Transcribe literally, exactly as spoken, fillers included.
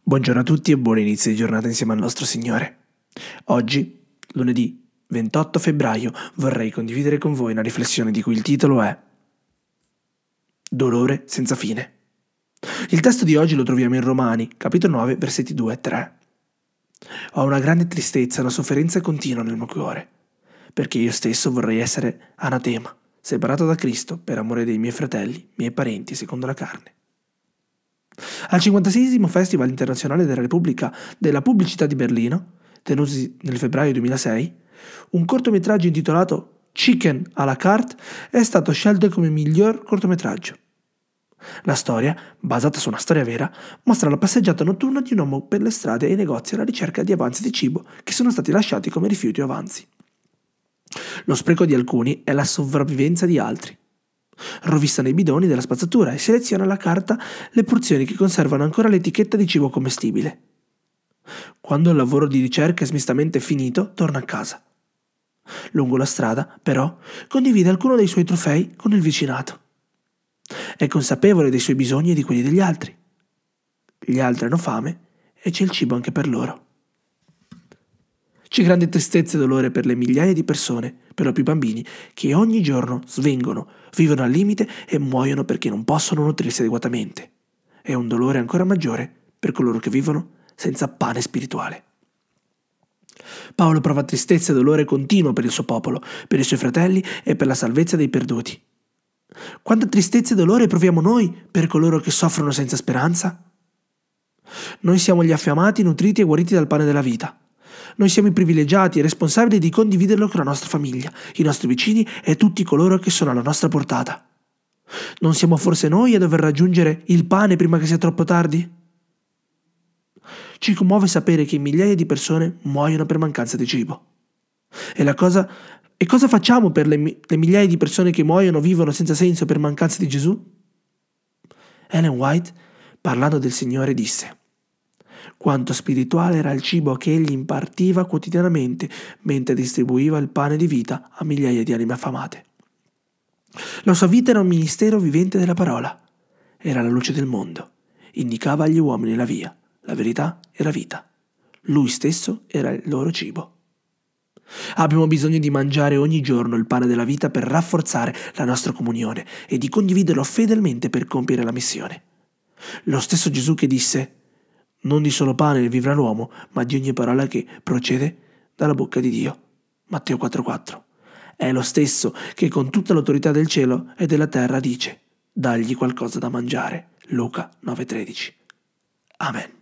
Buongiorno a tutti e buon inizio di giornata insieme al nostro Signore. Oggi, lunedì ventotto febbraio, vorrei condividere con voi una riflessione di cui il titolo è Dolore senza fine. Il testo di oggi lo troviamo in Romani, capitolo nove, versetti due e tre. Ho una grande tristezza e una sofferenza continua nel mio cuore, perché io stesso vorrei essere anatema, separato da Cristo per amore dei miei fratelli, miei parenti secondo la carne. Al cinquantaseiesimo Festival internazionale della Repubblica della Pubblicità di Berlino, tenutosi nel febbraio duemilasei, un cortometraggio intitolato Chicken à la carte è stato scelto come miglior cortometraggio. La storia, basata su una storia vera, mostra la passeggiata notturna di un uomo per le strade e i negozi alla ricerca di avanzi di cibo che sono stati lasciati come rifiuti o avanzi. Lo spreco di alcuni è la sopravvivenza di altri. Rovista nei bidoni della spazzatura e seleziona alla carta le porzioni che conservano ancora l'etichetta di cibo commestibile. Quando il lavoro di ricerca è smistamente finito, torna a casa. Lungo la strada, però, condivide alcuno dei suoi trofei con il vicinato. È consapevole dei suoi bisogni e di quelli degli altri. Gli altri hanno fame e c'è il cibo anche per loro. C'è grande tristezza e dolore per le migliaia di persone, per lo più bambini, che ogni giorno svengono, vivono al limite e muoiono perché non possono nutrirsi adeguatamente. È un dolore ancora maggiore per coloro che vivono senza pane spirituale. Paolo prova tristezza e dolore continuo per il suo popolo, per i suoi fratelli e per la salvezza dei perduti. Quanta tristezza e dolore proviamo noi per coloro che soffrono senza speranza? Noi siamo gli affamati, nutriti e guariti dal pane della vita. Noi siamo i privilegiati e responsabili di condividerlo con la nostra famiglia, i nostri vicini e tutti coloro che sono alla nostra portata. Non siamo forse noi a dover raggiungere il pane prima che sia troppo tardi? Ci commuove sapere che migliaia di persone muoiono per mancanza di cibo. E la cosa E cosa facciamo per le, le migliaia di persone che muoiono o vivono senza senso per mancanza di Gesù? Ellen White, parlando del Signore, disse: quanto spirituale era il cibo che egli impartiva quotidianamente mentre distribuiva il pane di vita a migliaia di anime affamate. La sua vita era un ministero vivente della parola. Era la luce del mondo. Indicava agli uomini la via, la verità e la vita. Lui stesso era il loro cibo. Abbiamo bisogno di mangiare ogni giorno il pane della vita per rafforzare la nostra comunione e di condividerlo fedelmente per compiere la missione. Lo stesso Gesù che disse: non di solo pane vivrà l'uomo, ma di ogni parola che procede dalla bocca di Dio. Matteo quattro quattro. È lo stesso che con tutta l'autorità del cielo e della terra dice: dagli qualcosa da mangiare. Luca nove tredici. Amen.